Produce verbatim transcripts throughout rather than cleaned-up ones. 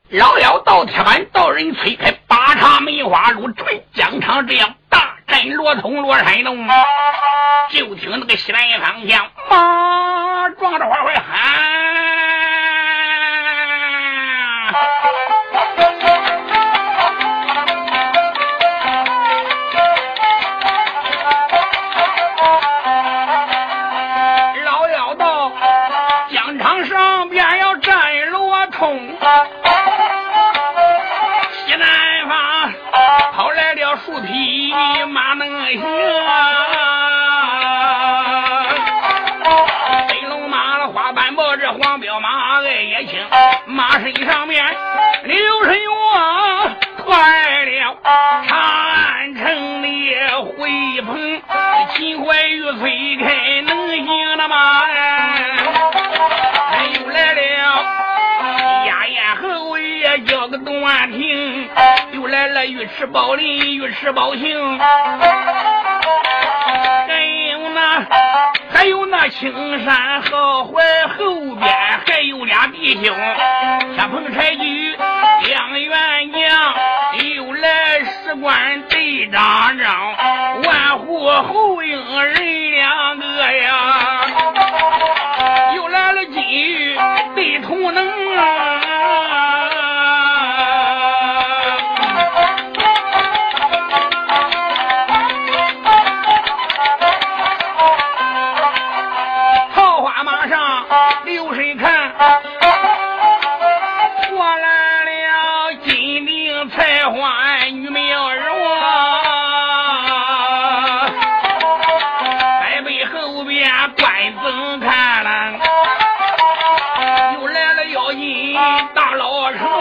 老妖道铁板道人催开八叉梅花鹿，准疆场这样大战罗通罗山洞。就听那个西南方向马撞着花会喊。老妖道疆场上边要战罗通，西南方跑来了数匹马能行，飞龙马的花斑驳这黄骠马爱也轻，马身上面刘神王快了长安城的回鹏，秦淮玉催开能行的马，又来了压燕后尾叫个东安亭，又来了尉迟宝林尉迟宝庆，还有那还有那青山好怀后边还有俩弟兄，下彭柴举两员将，又来史官队长长，万户后营人两个呀，又来了金玉对同能啊，桃花马上流水看，过来了金陵才华女妙人啊，在背后边关增看了，又来了妖精大老成，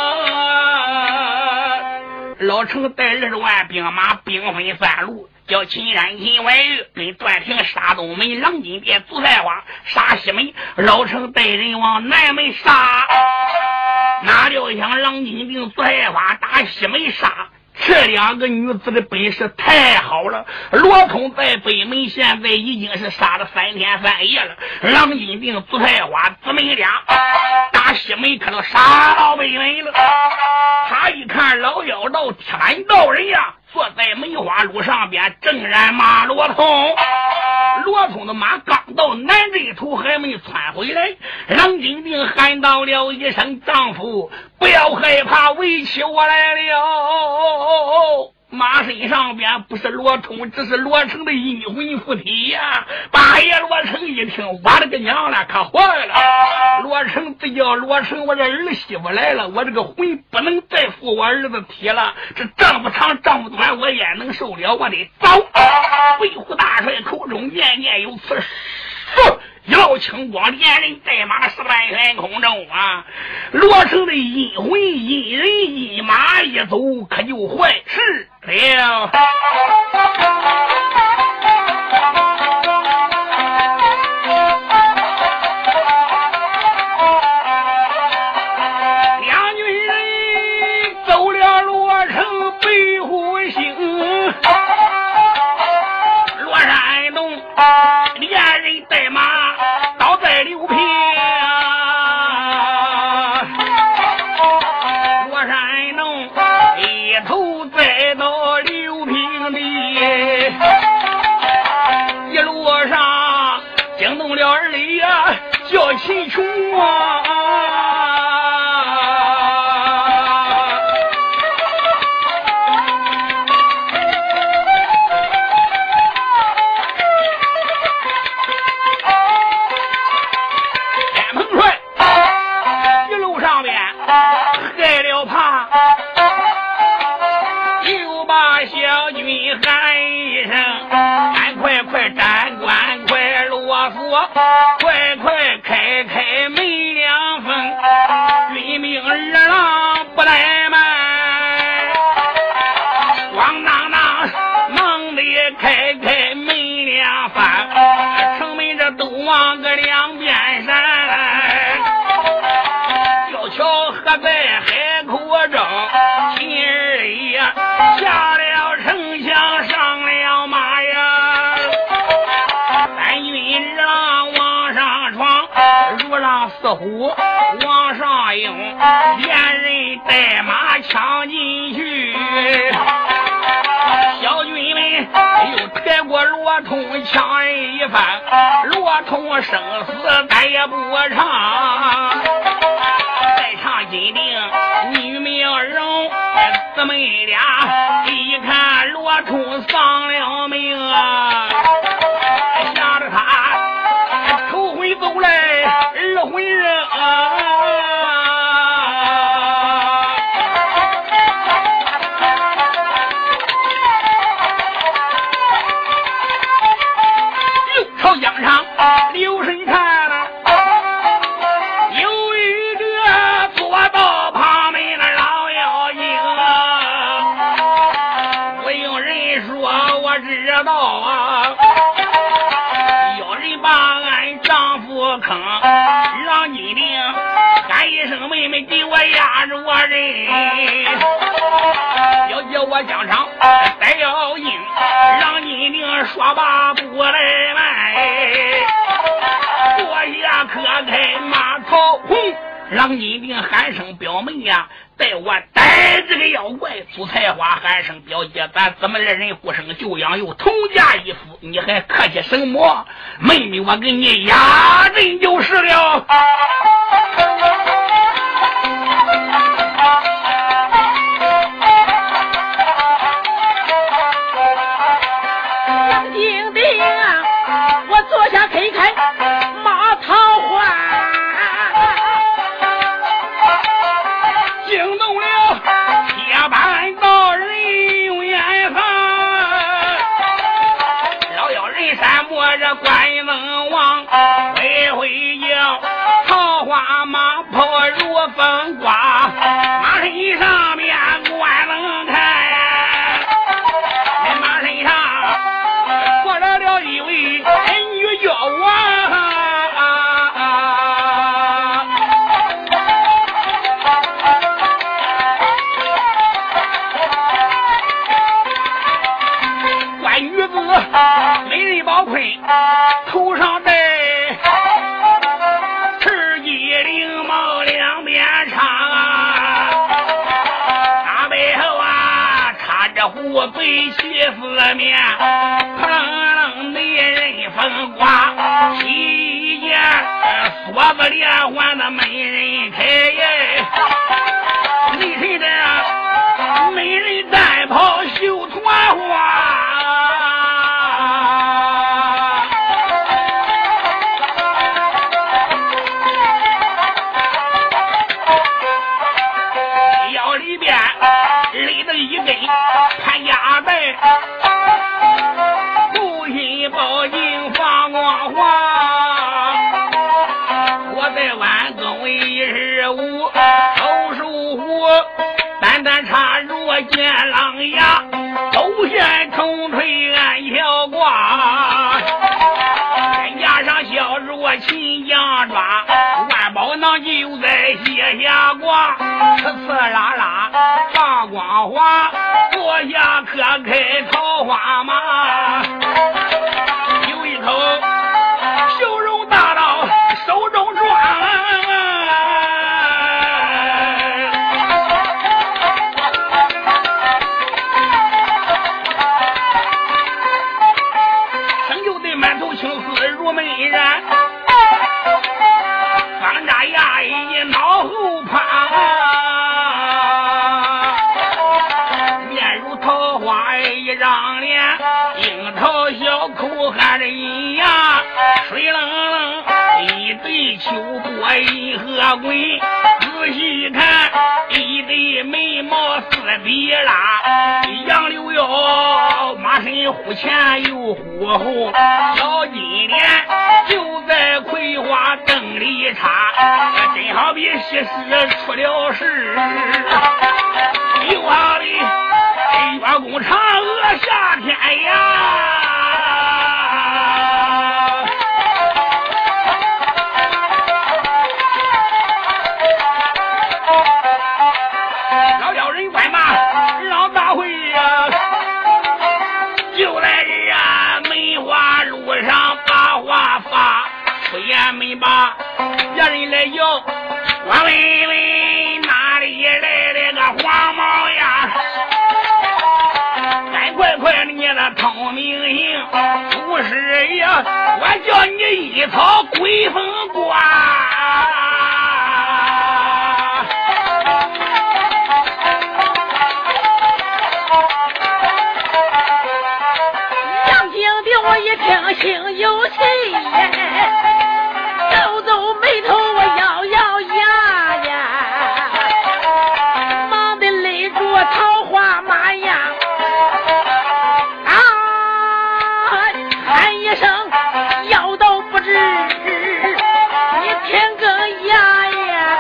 老成带二十万兵马兵分三路，叫秦山秦怀玉跟段平杀东门，郎金殿朱菜花杀西门，老成带人往南门杀，哪料想郎金定朱菜花打西门杀，这两个女子的本事太好了，罗通在北门现在已经是杀了三天三夜了，郎金定朱菜花姊妹俩打西门可都杀到北门了。他一看老妖道铁板道人呀，坐在梅花路上边正然骂罗通，罗通的马刚到南这头还没窜回来，郎金定喊到了一声：丈夫不要害怕，为起我来了。马身上边不是罗通，这是罗成的阴魂附体呀！八爷罗成一听，我的个娘了，可坏了！罗成这叫罗成，我这儿媳妇来了，我这个魂不能再附我儿子体了，这丈不长丈不短，我也能受了，我得走！北虎大帅口中念念有词，一道青光连人带马十万元空中啊！罗成的阴魂阴人阴马一走，可就坏事了。两军人走了罗成北虎行，罗山洞连人带马倒在六平，罗山洞一头栽到六平地，一路上惊动了二里呀，叫秦琼啊。快快开开门梁往上涌，连人带马抢进去。小军们又抬过罗通抢人一番，罗通生死咱也不唱，再唱金定女名荣姊妹俩，一看罗通丧了命啊，吓得他头回走来二回人啊。朝江上留神看了，有一个坐到旁边的老妖精啊，不用人说我知道啊，有人把俺丈夫坑，让你令喊一声妹妹给我压着我人，要叫我疆场逮妖精，让你令说罢不来卖，坐下可开马头红，让你令喊声表妹呀，带我逮这个妖怪。朱彩花喊声表姐，咱怎么二人互生就养，又同家一夫，你还客气什么？妹妹我给你压阵就是了。 丁丁啊，我坐下可以开马桃花， 惊动了铁板道人用眼看，老妖人山摸着关龙王，回回叫桃花马跑如风刮，马身上面关龙开，马身上过来了一位女娇娃，关女子美人宝盔，头上戴赤鸡翎毛两边长，大背后啊插着虎背旗四面，砰楞的人风刮，一件锁子连环的美人开耶，你谁的美人单袍绣团花，腰里边勒着一根潘家带，护心宝镜放光华，我在弯弓一十五，手手虎单单插入剑狼牙，勾线重锤按条挂，再加上小若秦将抓，万宝囊就在斜下挂，呲呲啦啦放光华，坐下可开桃花马，有一口修容大刀手中抓，生就的满头青丝如美髯，方扎牙一脑后趴，面如桃花一张脸，樱桃小口含着银牙，水冷冷一对秋波银河滚，仔细看一对眉毛似比拉，杨柳腰马身忽前又忽后，小金莲就在葵花灯里插，真好比西施出了事，又好比月宫嫦娥下天呀。老妖人怪嘛让大会呀，就来这啊梅花路上把话发，虽然没把别人来叫，我水呀，我叫你一草归风刮。 杨景的我一听心有气，皱皱眉头我咬咬牙呀，忙得勒住桃花马呀，啊喊一声药到不治，你天个牙呀。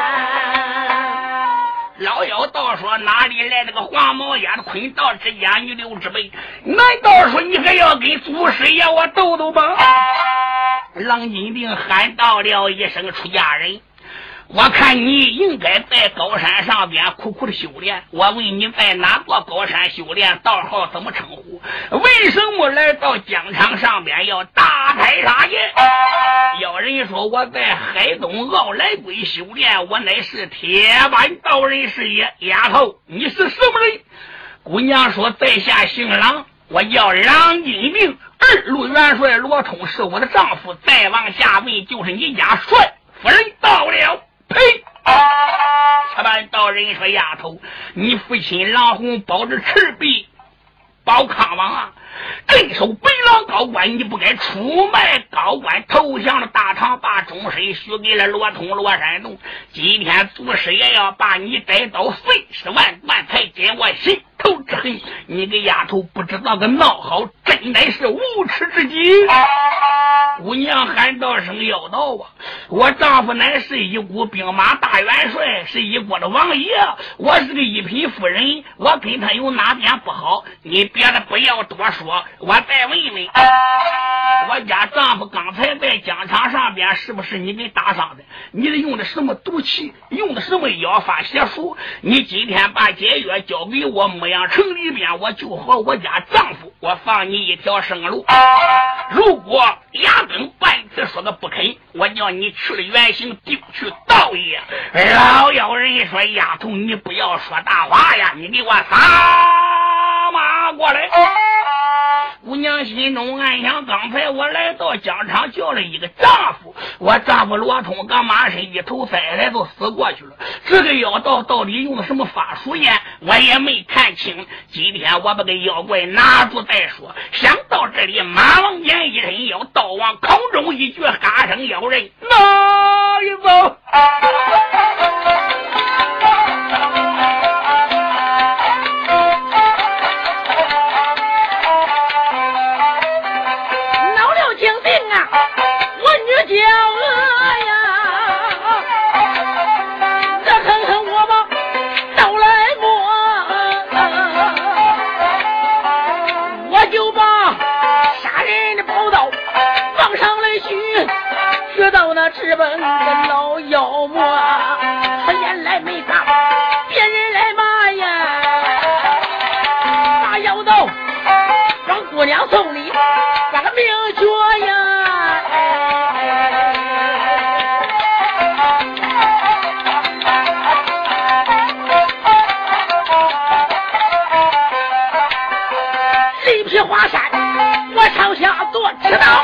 老妖道说哪里来那个黄毛丫的捆道之家女流之辈？难道说你还要跟祖师爷我斗斗吗？郎金定喊到了一声出家人，我看你应该在高山上边苦苦的修炼，我问你在哪座高山修炼，道号怎么称呼？为什么来到疆场上边要大开杀戒？有人说我在海东奥来归修炼，我乃是铁板道人是也。丫头，你是什么人？姑娘说在下姓郎，我叫郎金定，二路元帅罗通是我的丈夫，再往下问就是你家帅夫人到了。呸！铁板道人说丫头，你父亲郎洪保着赤壁保康王啊，镇守北狼高官，你不该出卖高官，投降了大唐，把终身许给了罗通罗山洞。今天祖师爷要把你逮到碎尸万段，才解我心头之恨。你个丫头不知道个闹好，真乃是无耻之极。姑娘喊道声要道啊，我丈夫乃是一股兵马大元帅，是一国的王爷，我是个一品夫人，我跟他有哪点不好？你别的不要多说，我再问问，我家丈夫刚才在疆场上边是不是你给打伤的？你的用的什么毒气，用的什么药法邪术？你今天把解药交给我，牧羊城里边我就和我家丈夫，我放你一条生路。如果压根半次说个不肯，我叫你去了原形，丢去道爷。老妖人说丫头你不要说大话呀，你给我撒马过来。姑娘心中暗想，刚才我来到疆场叫了一个丈夫，我丈夫罗通刚马身一头栽来都死过去了，这个妖道到底用的什么法术呢？我也没看清，今天我把个妖怪拿住再说。想到这里，马王岩一伸腰，刀往空中一举，哈声妖人哪一走？ 直奔个老妖魔，他眼来没打，别人来骂呀，大妖道让姑娘送礼，把个命绝呀！力劈华山，我朝下做知道。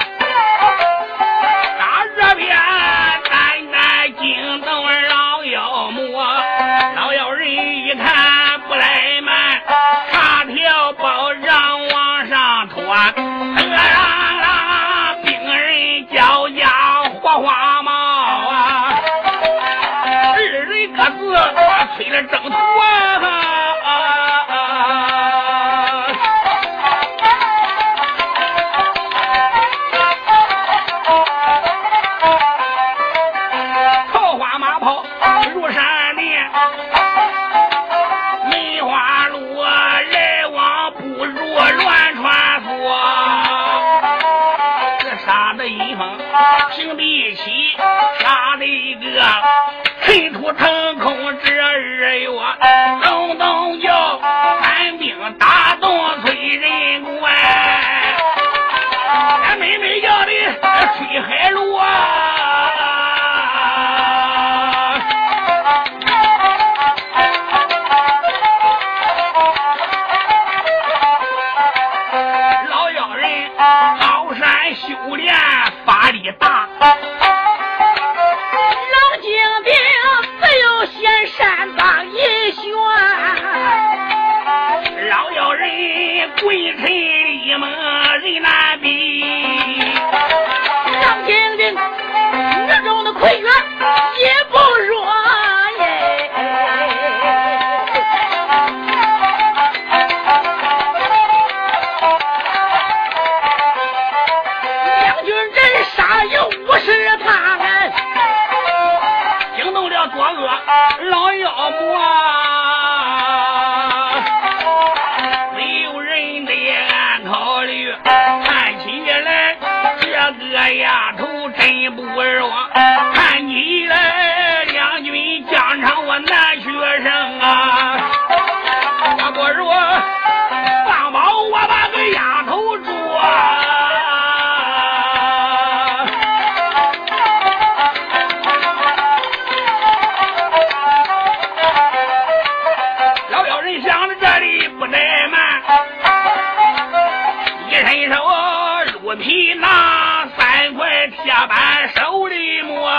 推了征途啊！桃花马跑入山林，梅花路来往不如乱穿梭。这杀的一风平地起，杀的一个尘土腾空之二月，咚咚叫单兵打动催人关，俺妹妹叫的吹海路啊！老妖人高山要作恶老妖魔，没有人得按考虑，看起来这个丫头真不弱，看起来两军疆场我难学生啊，我不说放宝我把个丫头捉，老妖人想着这里不怠慢，一伸手鹿皮拿三块铁板手里摸，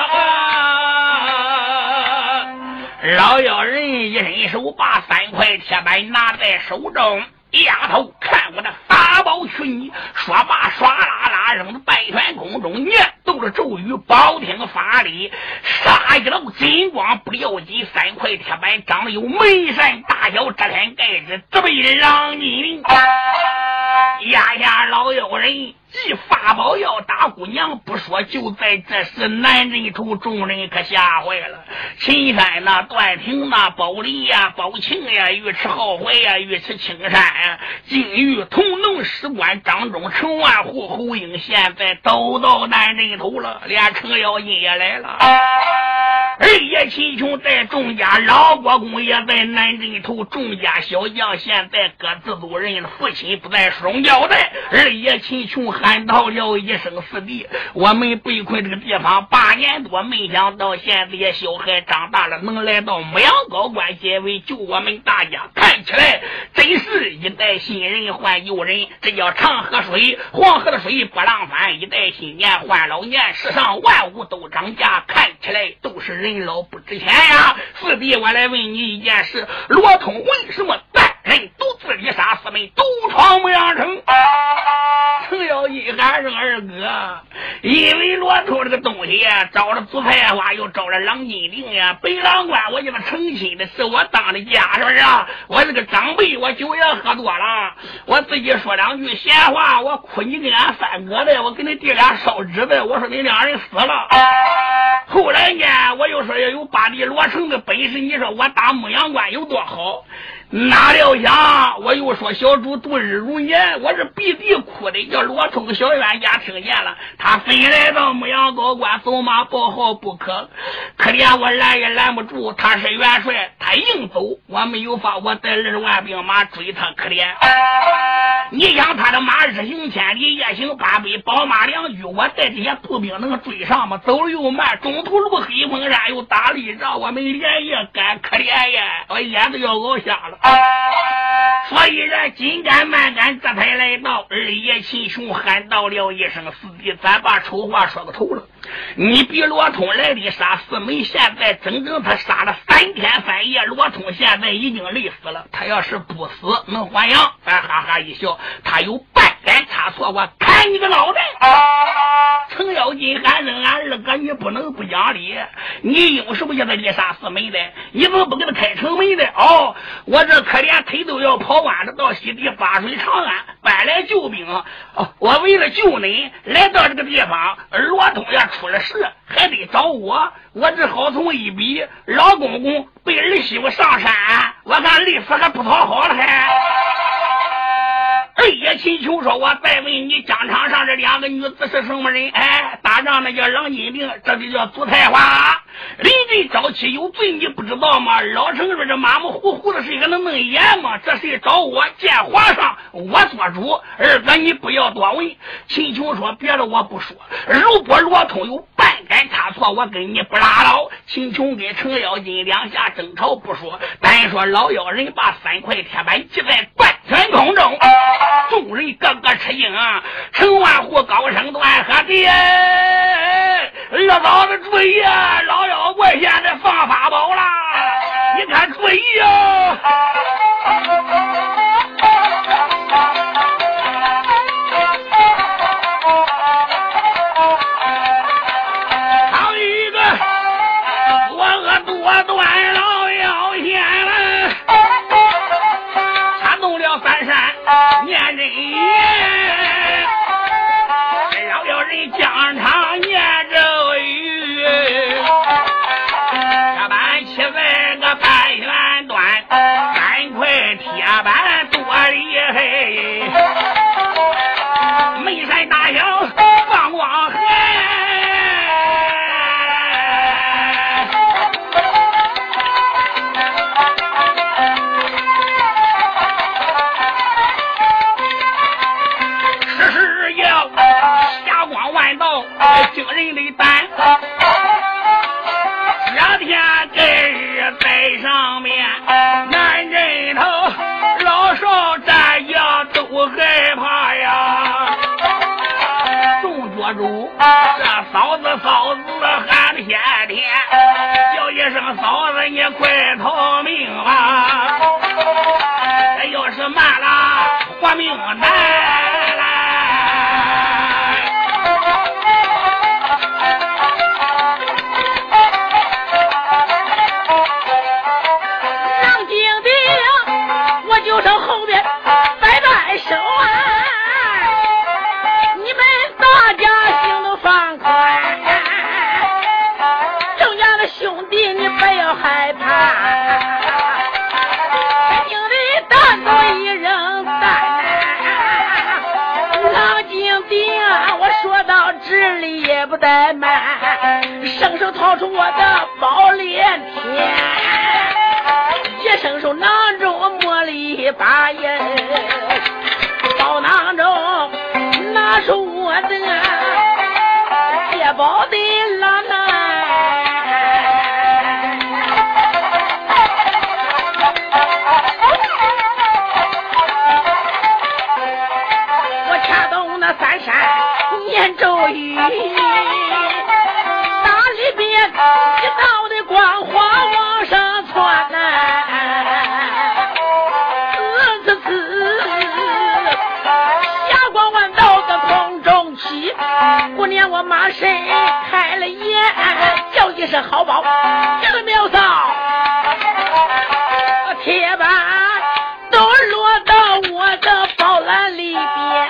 老妖人一伸手把三块铁板拿在手中，丫头看我的法宝去你，说罢唰啦啦扔到半悬空中，念动了咒语，保听法力，杀一道金光不要紧，三块铁板长得有眉山大小，遮天盖子这被让你压压老妖人一法宝要打姑娘不说，就在这时男人头众人可吓坏了，秦山呐、段庭呐、宝林呀、宝庆呀、尉迟浩怀呀、尉迟青山呀、金玉同能史官张忠、陈万户、侯英现在都到男人头了，连程咬金也来了，二爷秦琼在众家，老国公也在南镇头，众家小将现在各自都人，父亲不在双交代，二爷秦琼喊到了一声四弟，我们被困这个地方八年多，没想到现在小孩长大了，能来到牧羊高官结为救我们大家，看起来真是一代新人换旧人，这叫长河水，黄河的水不浪翻，一代新年换老年，世上万物都涨价，看起来都是人老不值钱呀。四弟，我来问你一件事，罗通为什么单人独自离杀四门，独闯牧羊城？程咬金喊声二哥，因为罗通这个东西呀，找了祖菜花，又找了郎金定呀，北郎官我这个诚心的是我当的家，是不是啊？我这个长辈我酒也喝多了，我自己说两句闲话，我哭你跟俺三哥的，我给你弟俩烧纸的，我说你两人死了。后来呢，我又说要有八弟罗成的本事，你说我打牧羊关有多好？哪料想我又说小主度日如年，我这鼻涕哭的叫罗通小冤家听见了，他非来到牧羊高官走马报号不可，可怜我拦也拦不住，他是元帅，他硬走，我没有法，我带二十万兵马追他，可怜你想他的马日行千里，夜行八百，宝马两驹，我带这些步兵能追上吗？走又慢，中途路黑风山又打了一仗，我们连夜赶，可怜呀，我眼都要熬瞎了。所以人紧赶慢赶，这才来到。二爷秦琼喊到了一声四弟，咱把丑话说个头了，你比罗通来的杀四门，现在整整他杀了三天三夜，罗通现在已经累死了，他要是不死能还阳？咱哈哈一笑，他有半点差错，我砍你个脑袋！程咬金喊声俺二哥，你不能不讲理，你有什么叫他猎杀四门的？你怎么不给他开城门的？哦，我这可怜腿都要跑弯了，到西地八水长安搬来救兵，哦，我为了救你来到这个地方，而罗通要出了事还得找我，我这好从一比，老公公被儿媳妇上山，我看累死还不讨好了还。二爷秦琼说，我再问你，疆场上这两个女子是什么人？哎，打仗那叫郎金定，这就叫祖菜花。临阵招妻有罪，你不知道吗？老程说这马马虎虎的是一个能弄眼吗？这谁找我见皇上，我做主。二哥你不要多问。秦琼说，别的我不说，如果罗通有半点差错，我跟你不拉倒。秦琼跟程咬金两下争吵不说，单说老妖人把三块铁板系在半悬空中，众人个个吃惊啊！程万户高声断喝的，老早的注意啊！老妖怪现在放法宝了，你看注意啊！好一个作恶多端老妖仙了，他动了三山念真言，老妖人疆场念咒语，这把个嫂子喊夏天，叫一声嫂子你快逃命吧，这要是慢了活命难了。 让警的我就上后边摆摆手啊，你们大家心都放宽，郑家的兄弟你不要害怕，警的担子一扔担，让警的啊，我说到这里也不怠慢，伸手掏出我的宝莲天，一伸手囊中摸了一把烟，宝囊中拿出我的借宝的郎啊，我掐动那三山念咒语，大里边一道的光华往上窜呐、啊，呲呲呲，霞光万道在空中起，姑娘我马身开了眼，叫一声好宝，这个苗嫂，铁板都落到我的宝篮里边，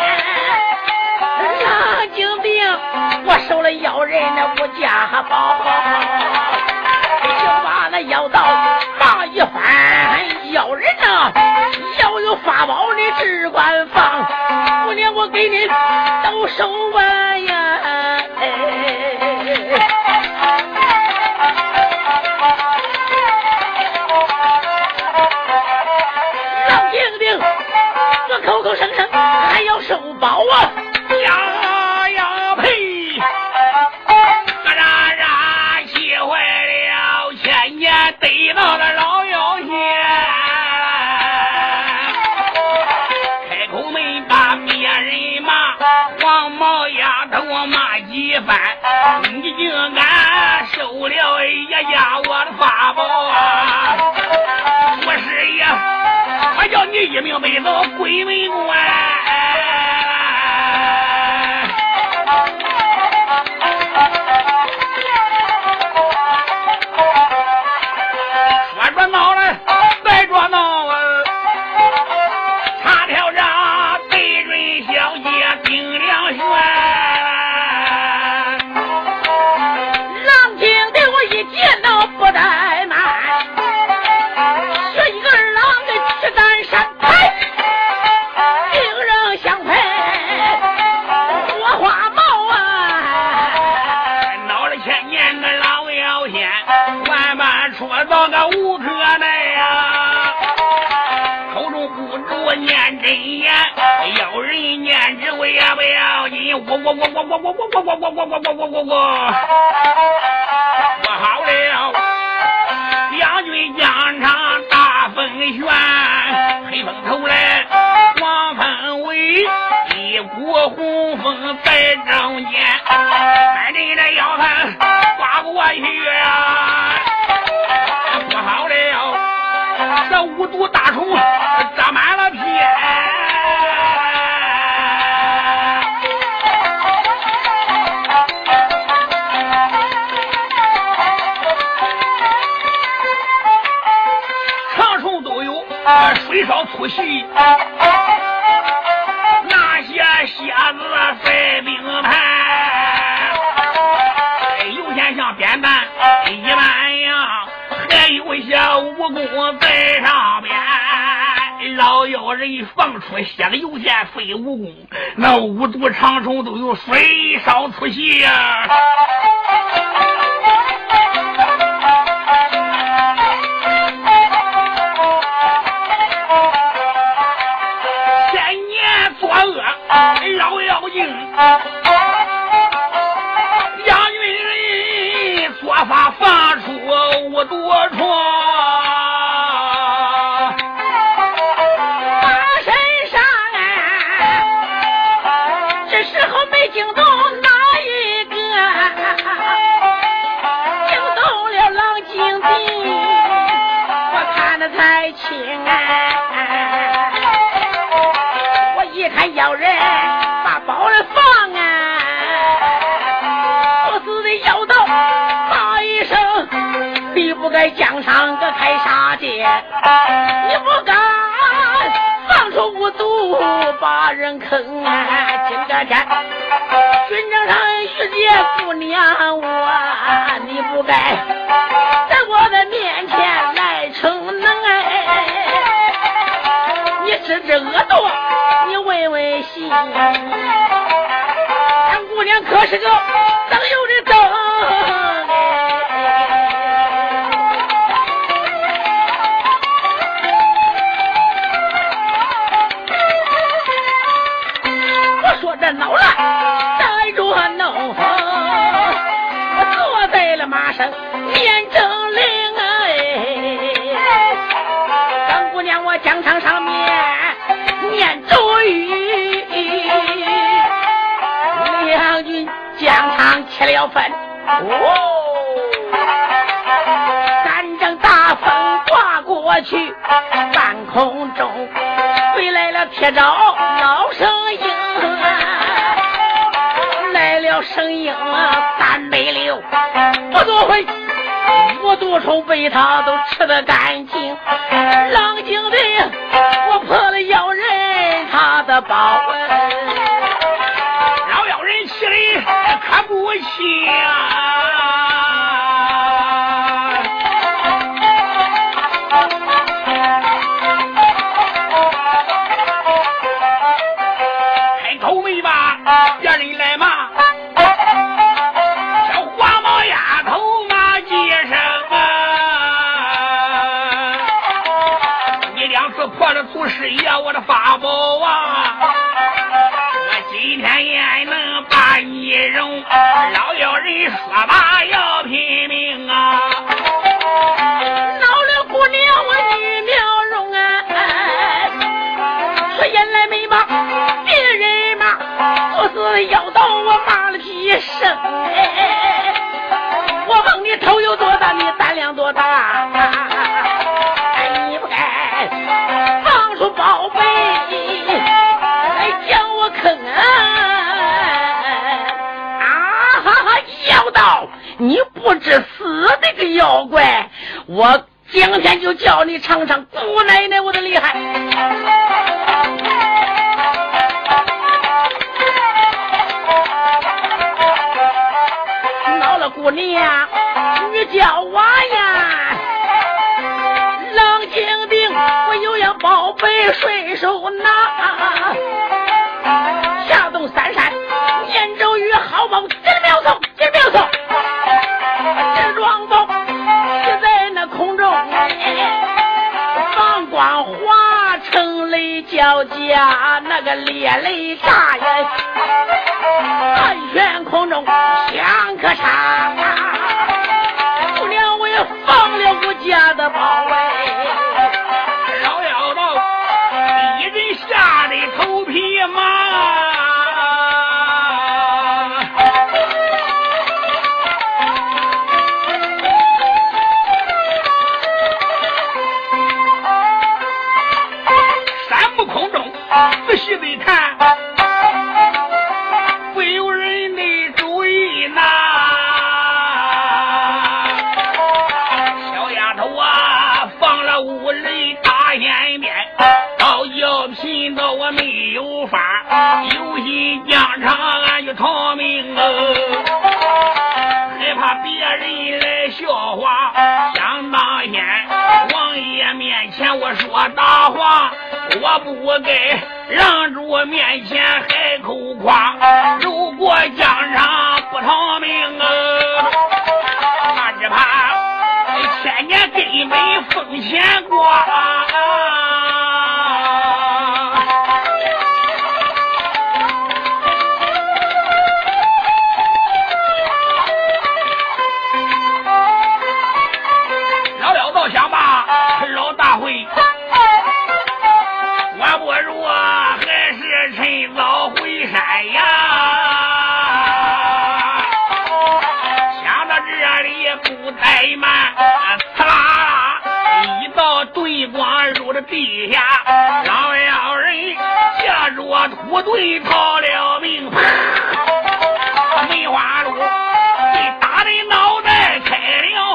让警定我收了妖人的无价宝，就把那妖道放一番，妖人啊要有法宝你只管放，姑娘我给你都收完呀、哎、让警定我口口声声还要收宝啊， 呀呀呸！嘎喳喳，气坏了，千年逮到了老妖仙，开口没把别人骂，黄毛丫头骂几番，你竟敢收了爷家我的法宝啊！我是爷，我叫你一命没走鬼门关。说着闹了，再着闹啊！插条上对准小姐顶两旋， 让警的我一见到不怠慢，学一个二郎的吃丹山拍，令人相配火花帽啊！ 闹了千年的老妖仙，万般说到个无可奈呀，口中不住念真言，要人念只为也不要紧，我我我我我我我我我我我我我我我我好了，两军疆场大风旋，黑风头来黄风尾，一股红风在中间，反正这腰盘刮过去啊，不好了，这五毒大虫长满了天。长虫都有水烧粗细，那些蝎子在冰盘，有些像扁担一般样，还有些蜈蚣在上边。老妖人放出蝎子油线飞蜈蚣，那五毒长虫都有水烧粗细呀、啊。千年作恶老妖精，杨云人做法放出五毒虫。 这时候没惊动哪一个才清啊！我一看要人把包人放啊，不死的妖道骂一声，你不该江上个开杀戒，你不敢放出无毒把人坑啊！今个天军场上遇见姑娘我，你不该在我的面前来逞能哎！你知之恶毒，你问问心，咱姑娘可是个灯油的灯我说这恼了带着怒风，我坐在了马上面正灵哎，张姑娘我疆场上面念咒语，两军疆场起了分哦，三阵大风刮过去，半空中飞来了铁爪老声音，来了声音三百六不多会，我毒虫被他都吃得干净，冷静的我破了妖人他的宝， 老妖人气里可不轻啊！开口没吧，别人来骂，小花毛丫头骂几声啊！你两次破了祖师爷我的法宝啊！我今天也能把你容，老妖人说吧要拼命啊！ 恼了姑娘我女苗容啊，说原来没骂别人骂，不是妖道我骂了几声哎，我问你头有多大，你胆量多大？哎，你不该放出宝贝来将我坑啊！啊哈哈，妖道，你不知死这个妖怪，我今天就叫你尝尝姑奶奶我的厉害！恼了姑娘，你叫我呀，冷静定，我有样宝贝顺手拿，下动三山念咒语好宝，真妙送，真妙送，这装包是在那空中放光化成雷交加，那个烈雷炸呀，盘旋空中像个沙，姑娘我也放了我家的宝贝， 老妖道一人吓得头皮麻。仔细的看，不有人的主意呐！小丫头啊，放了五雷大眼面，到药品到我没有法，有心疆场俺就逃命啊！害怕别人来笑话，想当先王爷面前我说大话，我不该让主面前海口夸，如果疆场不逃命啊，他只怕千年根本风险挂。老妖道想吧，老大会我不如啊，还是趁早回山呀！想到这里不怠慢，刺啦啦一道对地下，老妖人借着土堆逃了命，梅花鹿被打的脑袋开了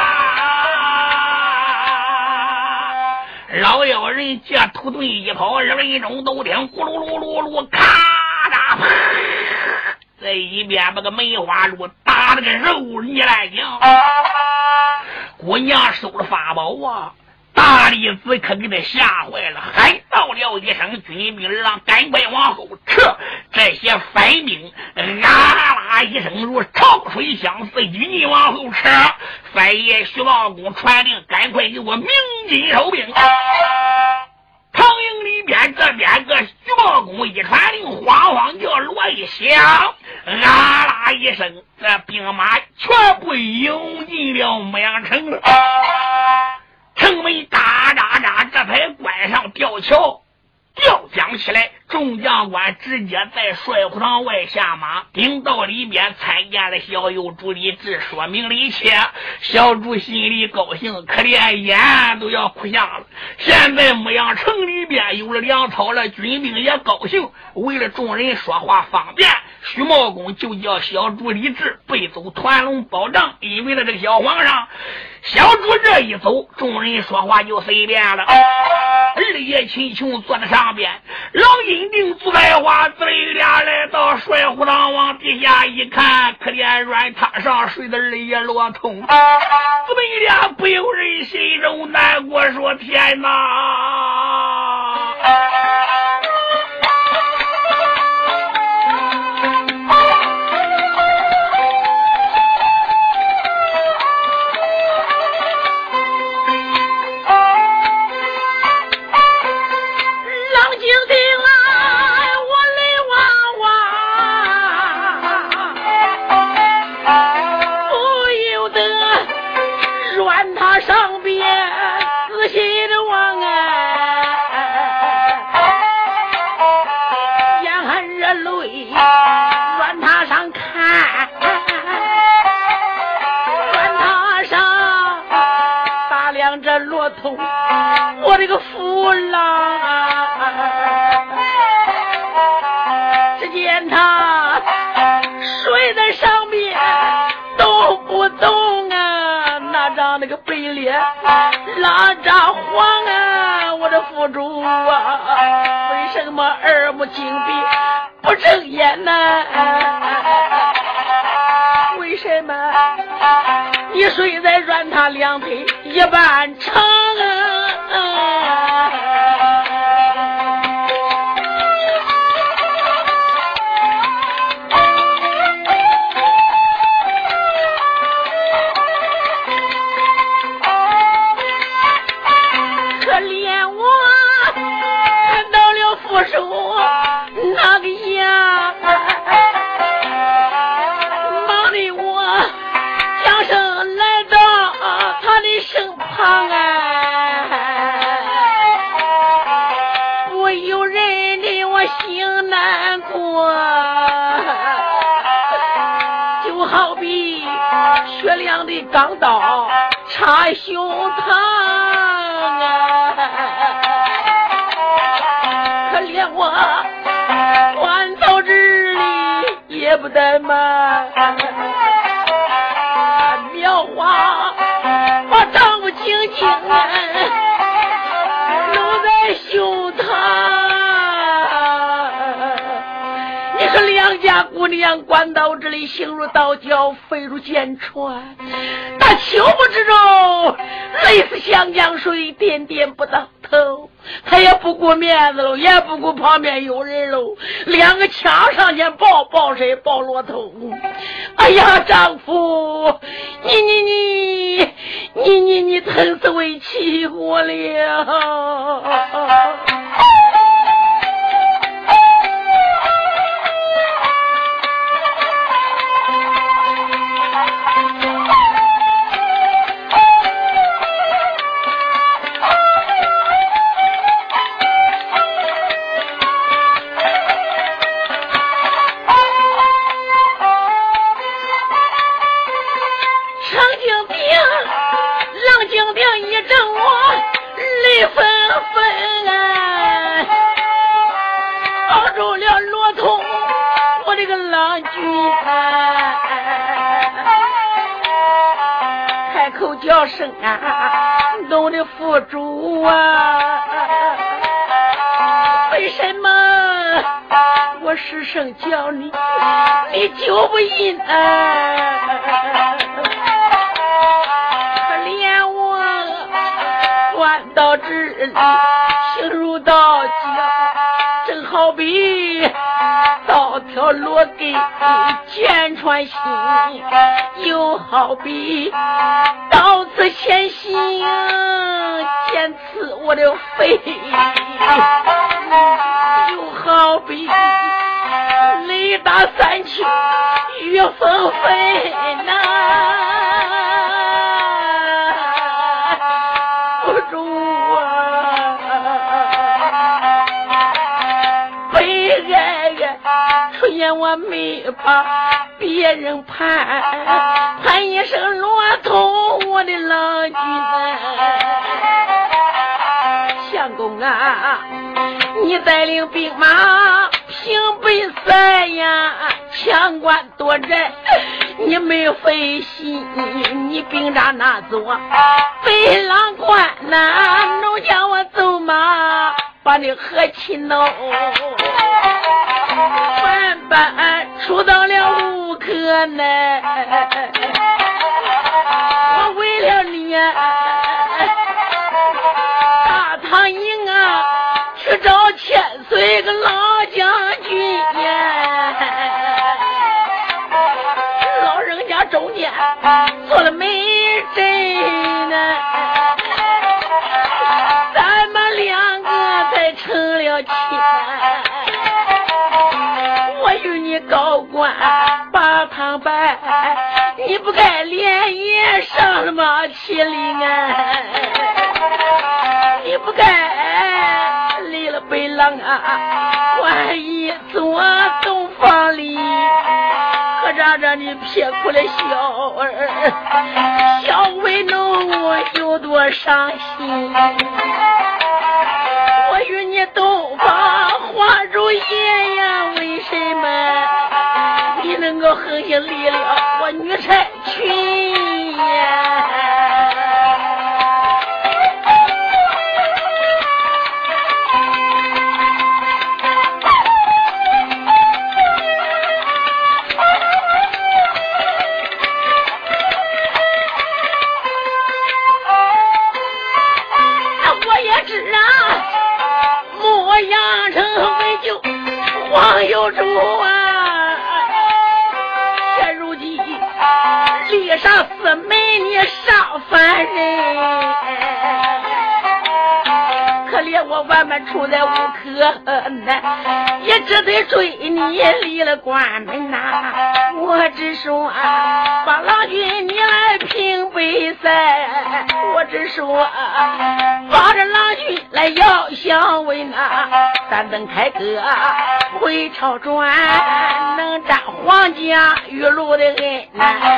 花，老妖人借土堆一跑，二人中都听咕噜噜噜噜咔嚓，这一边把个梅花鹿打了个肉泥来讲，姑娘收了法宝啊，大栗子可给他吓坏了，喊道了一声：“军兵让赶快往后撤！”这些反兵啊啦一声如潮水相似，一往后撤。范爷徐茂公传令，赶快给我鸣金收兵。唐营里边这边个徐茂公一传令，慌慌叫锣一响，啊啦一声，这兵马全部涌进了牧羊城了。城门哒哒哒，这才关上吊桥，吊将起来。众将官直接在帅府堂外下马，顶到里边参见了小右主李治，说明了一切。小主心里高兴，可怜眼都要哭下了。现在牧羊城里边有了粮草了，军兵也高兴。为了众人说话方便，徐茂公就叫小主李治背走团龙宝杖，因为了这个小皇上。小主这一走，众人说话就随便了。二爷秦琼坐在上边，郎金定坐在花子里，俩来到帅府堂往地下一看，可怜软榻上睡的二爷罗通，姊妹俩不由人心中难过，说天哪！ 上边仔细的望啊，眼含热泪软榻上看，软榻上打量着骆驼，我这个夫郎只见他睡在上面动不动啊，那张那个背脸拉着黄啊，我的夫主啊，为什么耳目紧闭不睁眼呢？为什么你睡在软榻两腿一半长啊？那个样忙的我将身来到他的身旁啊，不由人的我心难过，就好比雪亮的钢刀插胸膛啊，可怜我关到这里也不怠慢，苗花把丈夫紧紧搂在胸膛。你说两家姑娘关到这里，形如刀绞，飞如箭穿，那秋不之中泪似湘江水，点点不到头。他也不顾面子喽，也不顾旁边有人喽，两个抢上前抱抱谁抱骆驼。哎呀，丈夫，你你你你你你疼死为气我了。冷静定一阵我泪纷纷君啊，开口叫声啊，我的佛主啊，为什么我失声叫你，你就不应啊？可怜我官到这里，行入到家，正好比刀条落给剑穿心，又好比刀刺前心，剑刺我的肺，又好比雷打三秋雨纷飞呐，不住啊，悲哀哀，出言我没把别人盼，盼一声骆驼我的郎君啊，相公啊，你带领兵马平北塞呀，抢关夺寨，你没费心，你兵扎那座北狼关呐，弄叫我走马把你和气弄，万般出到了无可奈，我为了你啊，大唐营啊去找千岁个老将军呀，老人家中间做了媒人呢，咱们两个才成了亲，我与你高官把堂拜，你不该连夜上什么麒麟啊，你不该离了北狼啊，万一做东方里，可让让你撇苦了小儿，小为农我有多伤心，我与你东方花烛夜呀，为什么你能够横行离了我女差群呀？黄有主啊，现如今历上四美你上凡人，可怜我万般处在无可奈，也只得追你离了关门呐、啊。我只说啊，把郎君你来平北塞，我只说啊，把这郎君来要相问呐，三等开歌回朝转，能占皇家玉露的恩呐，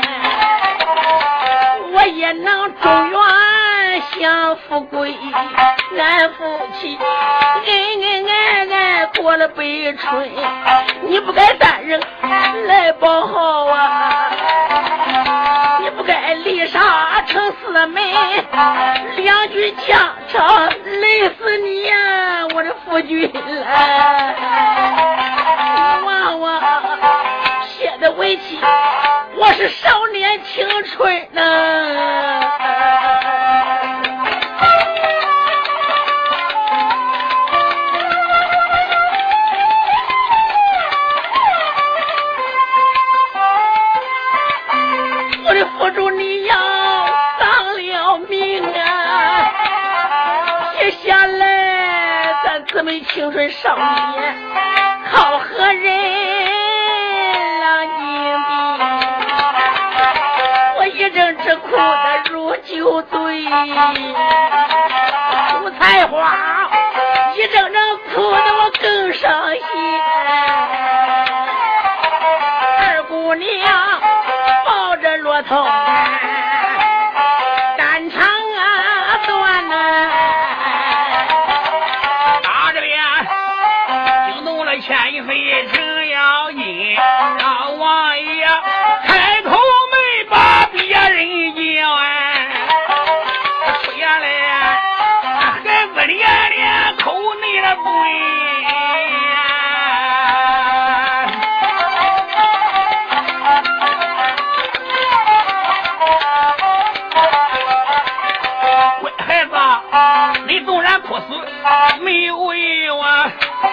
我也能中原享富贵，俺夫妻恩恩爱爱过了北春，你不该单人来保好啊，你不该离杀成四妹，两句疆场累死你呀、啊，我的夫君来，娃娃写的为妻，我是少年青春呢、我的佛主你要当了命啊，接下来咱姊妹青春少年靠何人郎君的，我一阵只哭得如酒醉，出菜花一阵阵哭得我更伤心，二姑娘抱着骆驼肝肠啊断啊， 打这边惊动了千岁程咬金，到没有用啊，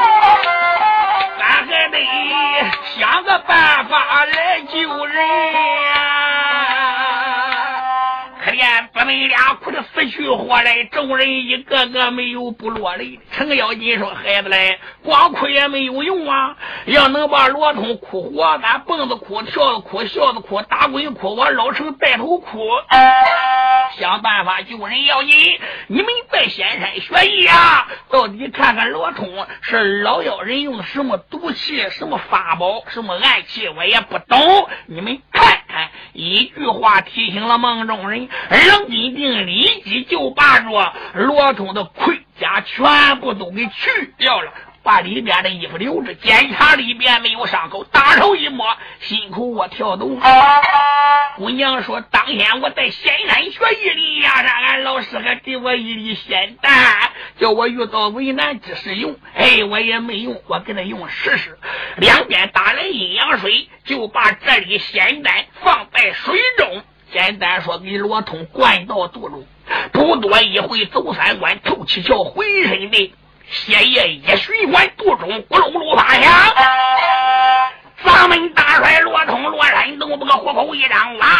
咱还得想个办法来救人呀、啊！可怜姊妹俩哭得死去活来，众人一个个没有不落泪。程咬金说：“孩子嘞，光哭也没有用啊！要能把罗通哭活，咱蹦子哭、跳子哭、笑子哭、打滚哭，我老成带头哭。想办法救人要紧！你们在仙山学艺啊，到底看看罗通是老妖人用的什么毒气、什么法宝、什么暗器，我也不懂。你们看看，一句话提醒了梦中人。冷金定立即就把着罗通的盔甲全部都给去掉了。把里边的衣服留着，检查里边没有伤口，大手一摸，心口我跳动。姑娘说：“当天我在仙山学艺里呀，让俺老师还给我一粒仙丹，叫我遇到为难之事用。哎，我也没用，我给他用试试。两边打来阴阳水，就把这粒仙丹放在水中。仙丹说给罗通灌到肚中，不多一会，走三关透七窍，浑身的血液一循环，肚中咕噜噜发响。咱们大帅罗通罗山东不个虎口一张哇，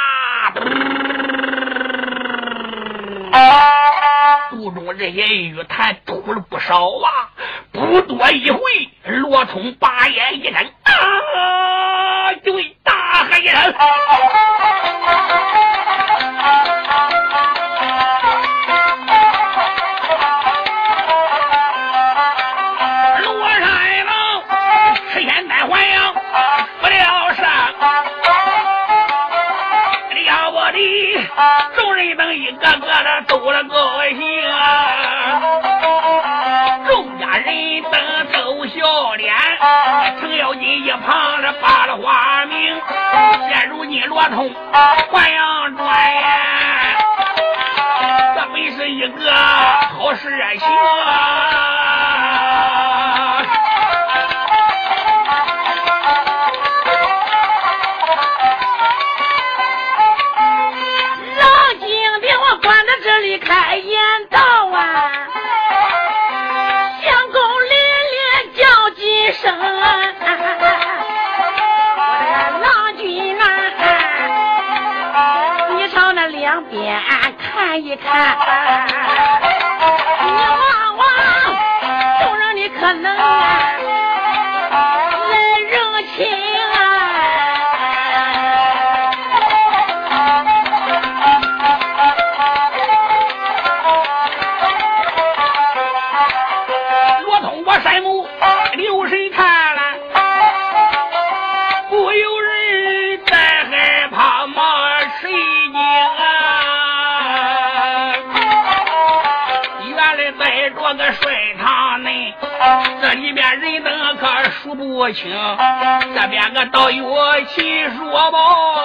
肚中这些玉痰吐了不少啊！不多一会，罗通把眼一睁，啊，对，大喝一声。众人等一个个的都了高兴啊！众家人等都笑脸，程咬金一旁的把了花名，现如今罗通还阳转呀，这本是一个好事情啊！ 开言道啊，相公连连叫几声，我的郎君啊，你朝那两边看一看，你望望，众人你可能啊来热情。这里边人等可数不清，这边个倒有秦说宝，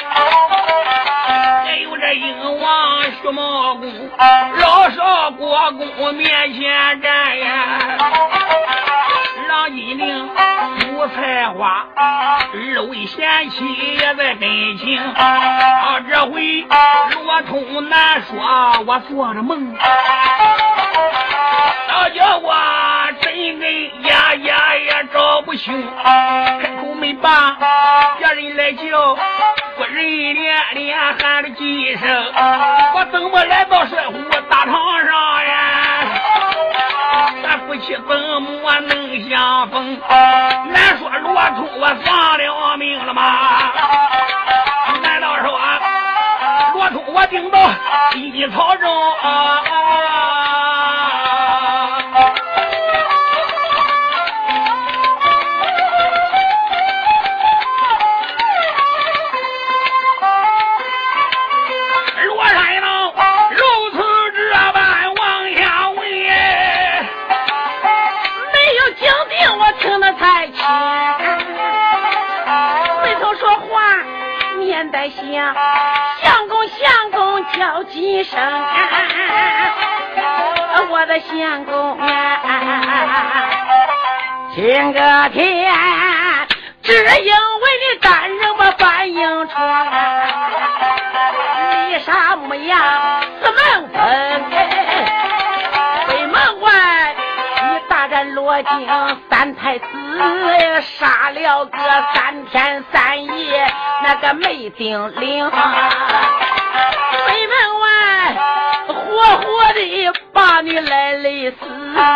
还有这英王徐茂公，老少国公面前站呀。郎金令有才华，二位贤妻也在跟前。啊，这回罗通难说，我做了梦，倒叫我真真呀呀也找不清，开口没办，别人来叫，夫人连连喊了几声，我怎么来到帅府大堂上呀？咱夫妻怎么能相逢？难说罗通我丧了命了吗？难道说罗通我顶到一草中啊？相相公相公叫几声，我我的相公啊，今个天只因为你担任我反应床，离啥模样四门分，北门外你大战罗京三太子，杀了个三天三夜那个没定灵，北门外活活的把你来累死，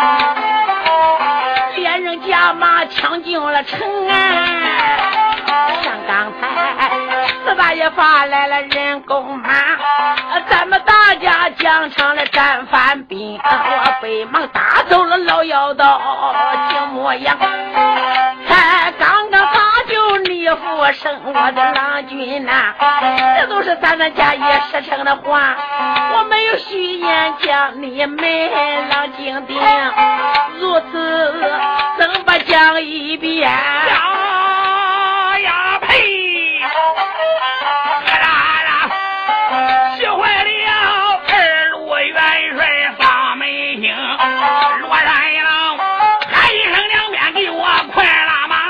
连人加马抢进了城啊，像刚才四大爷发来了人工马，咱们大家将成了战犯兵，我被忙打走了老妖道这模样，才刚刚打救你父生我的郎君呐、啊，这都是咱们家业实诚的话，我没有虚言将你们郎精定，如此怎么讲一遍呀呀呸！啦啦，学会了二路元帅发眉星，罗山阳喊一声两边给我快拉马，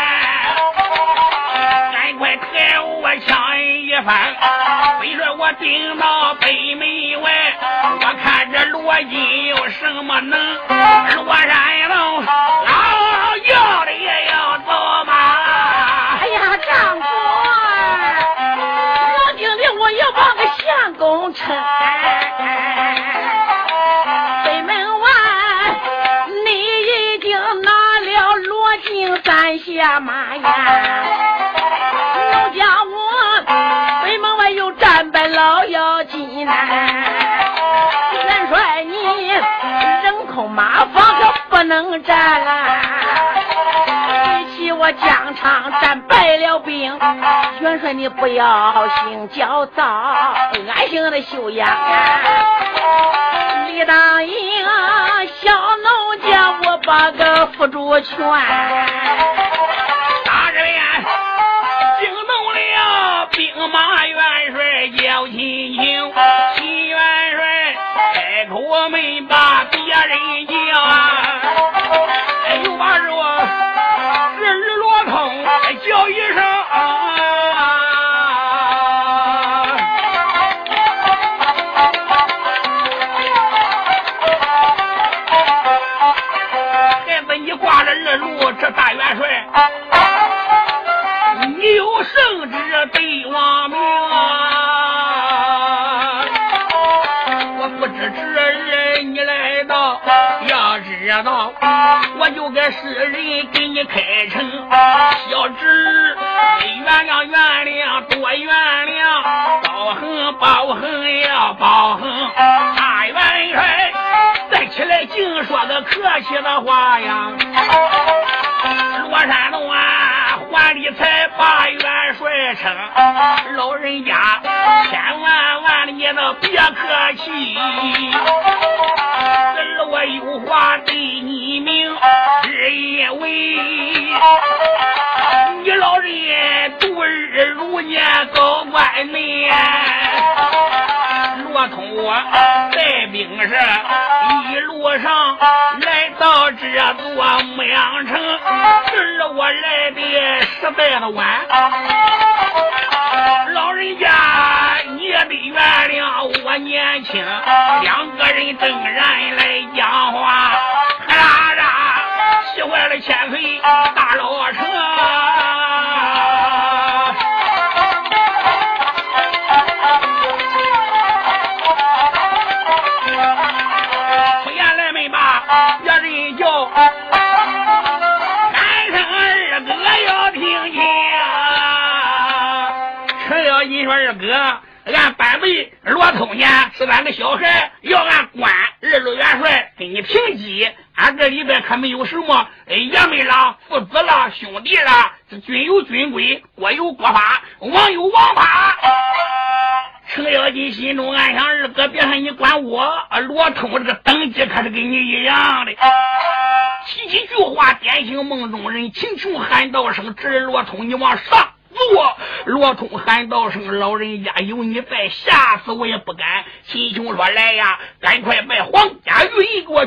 赶快抬我枪一翻，非说我顶到北门外，我看这罗金有什么能，罗山阳老要的也要走嘛。 哎呀，丈夫，老经理，我要把个相公称。北门外，你已经拿了罗京三下马呀，奴家我北门外又战败老妖精呐，元帅你人空马房可不能战啦。我疆场战败了兵，元帅你不要心焦躁，安心的休养啊！李当营小农家，我把个辅助劝， 打这边惊动了兵马元帅叫亲情，秦元帅开口没把别人叫啊，又把说日罗通叫一声啊，孩子你挂着日路，这大元帅你有圣旨对王明啊，我不知这人你来到，要知道我就给世人给你开城，小侄原谅原谅多原谅，包恒包恒要包恒，大元帅再起来净说个客气的话呀，罗山东啊还理财把元帅称，老人家千万万的你都别客气，这我有话对你明，是因为你老人度日如年高官内，罗通我带兵上一路上来到这座牧羊城，是我来的实在的晚，老人家你也得原谅我年轻，两个人正然来讲话，啦啦气坏了千岁大老城，出言来没吧别人叫三声二哥要听清，陈小金说二哥俺班辈罗通呢是俺个小孩，要俺官日路元帅给你评级，俺这里边可没有什么爷们啦父子啦兄弟啦，军有军规国有国法王有王法。程咬金心中暗想，二哥别看你管我罗通这个等级可是跟你一样的，提几句话点醒梦中人，秦琼喊道声侄罗通你往上坐，罗通喊道声老人家有你在，吓死我也不敢。秦琼说来呀，赶快拜皇家御医给我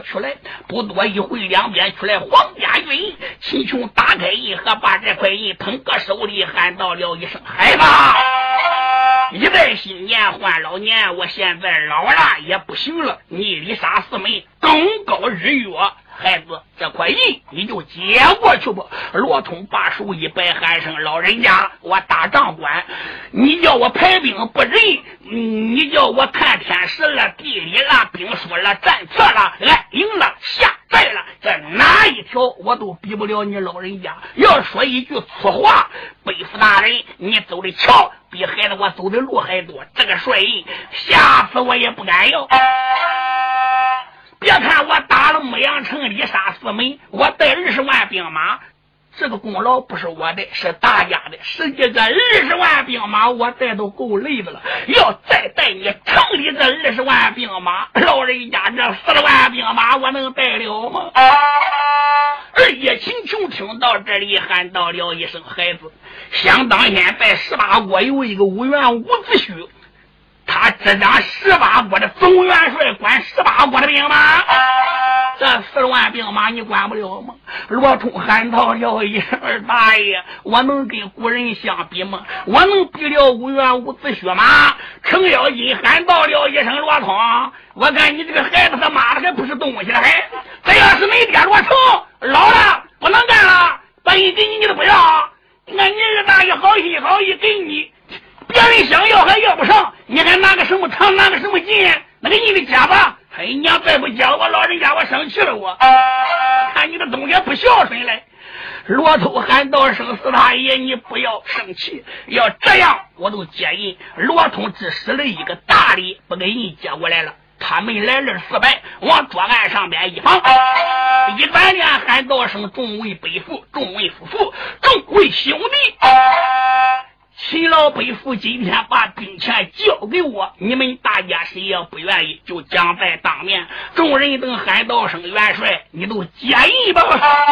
不多一会，两边出来黄家军。秦琼打开银盒，把这块银捧个手里，喊道了一声：“孩子，一代新年换老年，我现在老了也不行了，你李杀四妹功高日月。孩子，这块银你就接过去吧。”罗通把手一摆，喊声：“老人家，我大长官，你叫我排兵布阵，你叫我看天时了、地理了、兵书了、战策了、安营了、下寨了，这哪一条我都比不了你老人家。要说一句粗话，背负大人，你走的桥比孩子我走的路还多，这个帅印吓死我也不敢要。别看我打了牧羊城，里杀四门，我带二十万兵马，这个功劳不是我的，是大家的。实际这二十万兵马我带都够累的了，要再带你城里这二十万兵马，老人家这四十万兵马我能带了吗？二爷秦琼听到这里，喊道了一声：“孩子，想当年在十八国有一个五原伍子胥，他执掌十八国的总元帅，管十八国的兵马，这四十万兵马你管不了吗？”罗通喊道了一声：“二大爷，我能跟古人相比吗？我能比了五原伍子胥吗？”程咬金喊道了一声：“罗通，我看你这个孩子他妈的还不是东西了，还这要是没爹罗成老了不能干了，把银给你你都不要，那你二大爷好心好意给你，别人想要还要不上，你还拿个什么糖，拿个什么金，那给你的家吧。哎，你要再不教我老人家，我生气了，我看你的东西不孝顺来。”罗头喊道声：“四大爷，你不要生气，要这样我都接应。”罗通只施了一个大礼，不给人接过来了。他们来了四百，往桌案上边一放，一转脸喊道声：“众位伯父，众位夫妇，众位兄弟，秦老伯父今天把兵权交给我，你们大家谁也不愿意，就将在当面。”众人等喊道声：“元帅，你都接应吧。”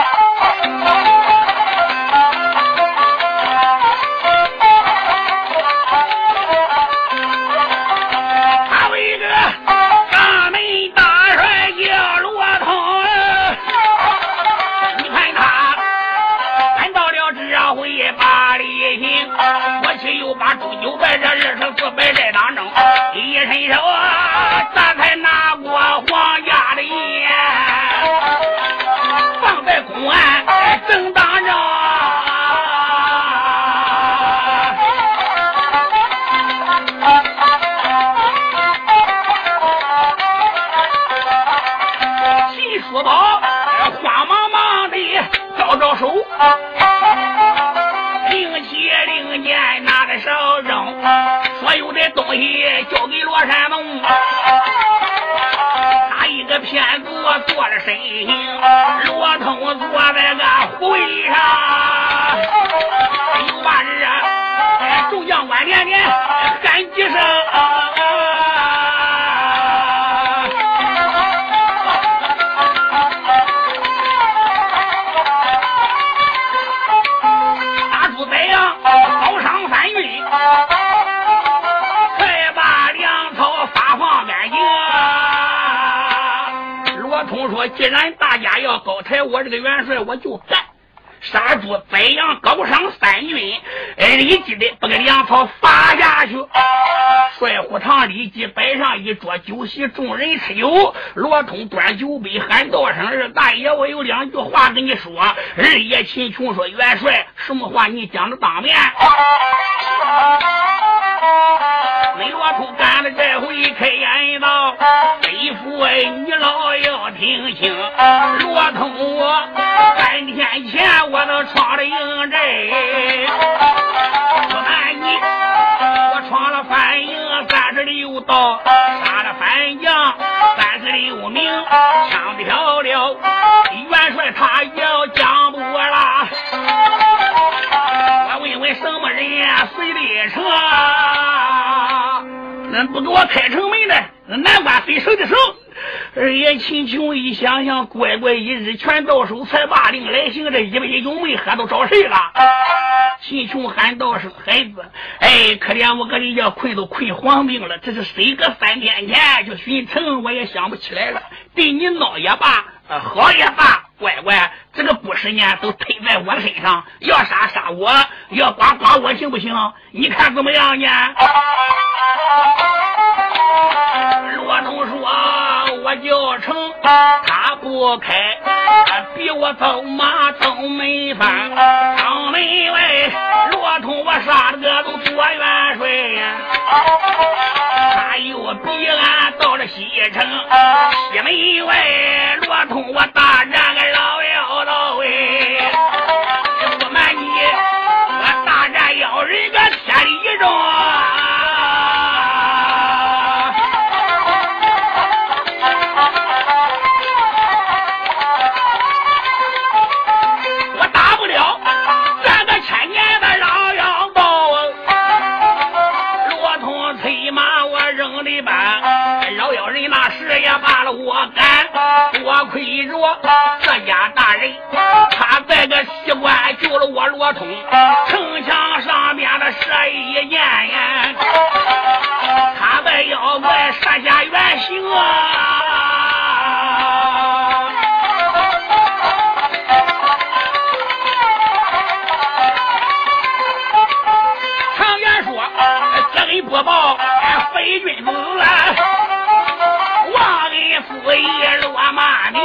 他为一个大门大帅叫罗通，你看他赶到了这回把礼行，我却又把朱九百这二十四百在当中一伸手啊，这才拿过皇家的银放在公安正当中。秦叔宝慌忙忙的招招手，令旗令箭拿在手中，所有的东西交给罗山东。他一个骗子做了身形，罗通坐在个虎位上，有把日啊，众将官连连喊几声。打出北洋高上三运，才把粮草发放干净。罗通说：“既然大家要高抬我这个元帅，我就干。”杀猪宰羊高上三运，立即的把个粮草发下去。帅虎堂立即摆上一桌酒席，众人吃酒。罗通端酒杯喊道声：“二大爷，我有两句话跟你说。”二爷秦琼说：“元帅，什么话你讲的当面。”雷罗通干了这回开言道：“吩咐哎，你老要听清，罗通我三天前我都闯了营寨，不瞒你，我闯了反营三十六道，杀了反将三十六名，枪挑了元帅他也要讲不了。我问问什么人啊？谁的城？那不给我开城门的，难关非谁的手。”二爷秦琼一想想，乖乖一日全到手，才把令来行，这一杯酒没喝都找谁了？秦琼喊道声：“孩子，哎，可怜我搁里家困都困黄病了，这是谁个三天前就巡城，我也想不起来了。对你闹也罢， 呃、好也罢，乖乖，这个不是呢都推在我身上，要杀杀我，要刮刮我，行不行？你看怎么样呢？罗通说我就成他不开，逼我走马走没法，堂门外罗通我杀了个都多元帅呀，他又逼俺到了西城，西门外罗通我大战个老妖道喂，不瞒你我大战妖人个天理中，我打不了三个千年的老妖道，罗通催马我扔的板，老妖人那时也罢了我敢，多亏着这家大人他在个西关救了我罗通，城墙上面的射一箭呀，他在妖怪设下原形啊，常言说知恩不报非君子，忘恩负义落骂名，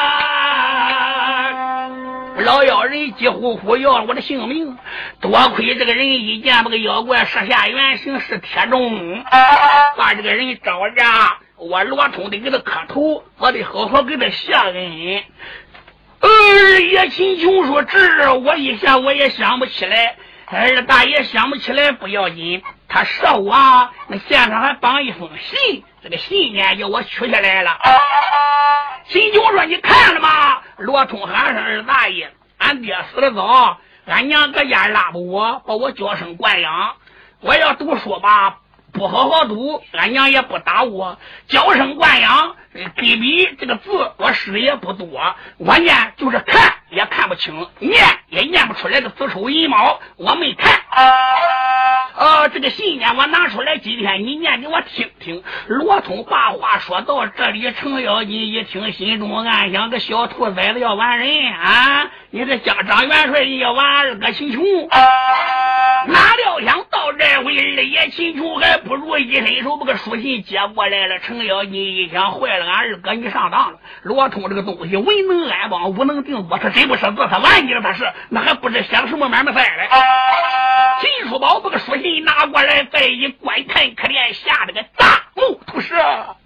老妖人几乎乎要了我的性命，多亏这个人一见把个妖怪设下原形是铁中，把这个人找着，我罗通得给他磕头，我得好好给他谢恩。呃，叶秦琼说这我一下我也想不起来，二大爷想不起来不要紧，他说我那线上还绑一封信，这个信呢叫我取下来了。秦琼说你看了吗？罗通喊上二大爷，俺爹死得早，俺娘搁家拉不我，把我娇生惯养，我要读书吧不好好读，俺娘也不打我，娇生惯养，给笔这个字我识也不多，我呢就是看也看不清，念也念不出来的子丑寅卯，我没看。呃，这个信呢我拿出来，今天你念给我听听。罗通把话说到这里，程咬金一听，心中暗想：个小兔崽子要玩人啊！你这家长元帅要玩二哥秦琼，哪料想到这回二爷秦琼还不如一伸手把个书信接过来了。程咬金一想，坏了，俺二哥你上当了。罗通这个东西文能安邦，武能定国，他真不是字，他玩你了，他是那还不知想什么买卖赛来。秦叔宝把个书信拿过来，再一观看，可怜吓得个大目吐舌。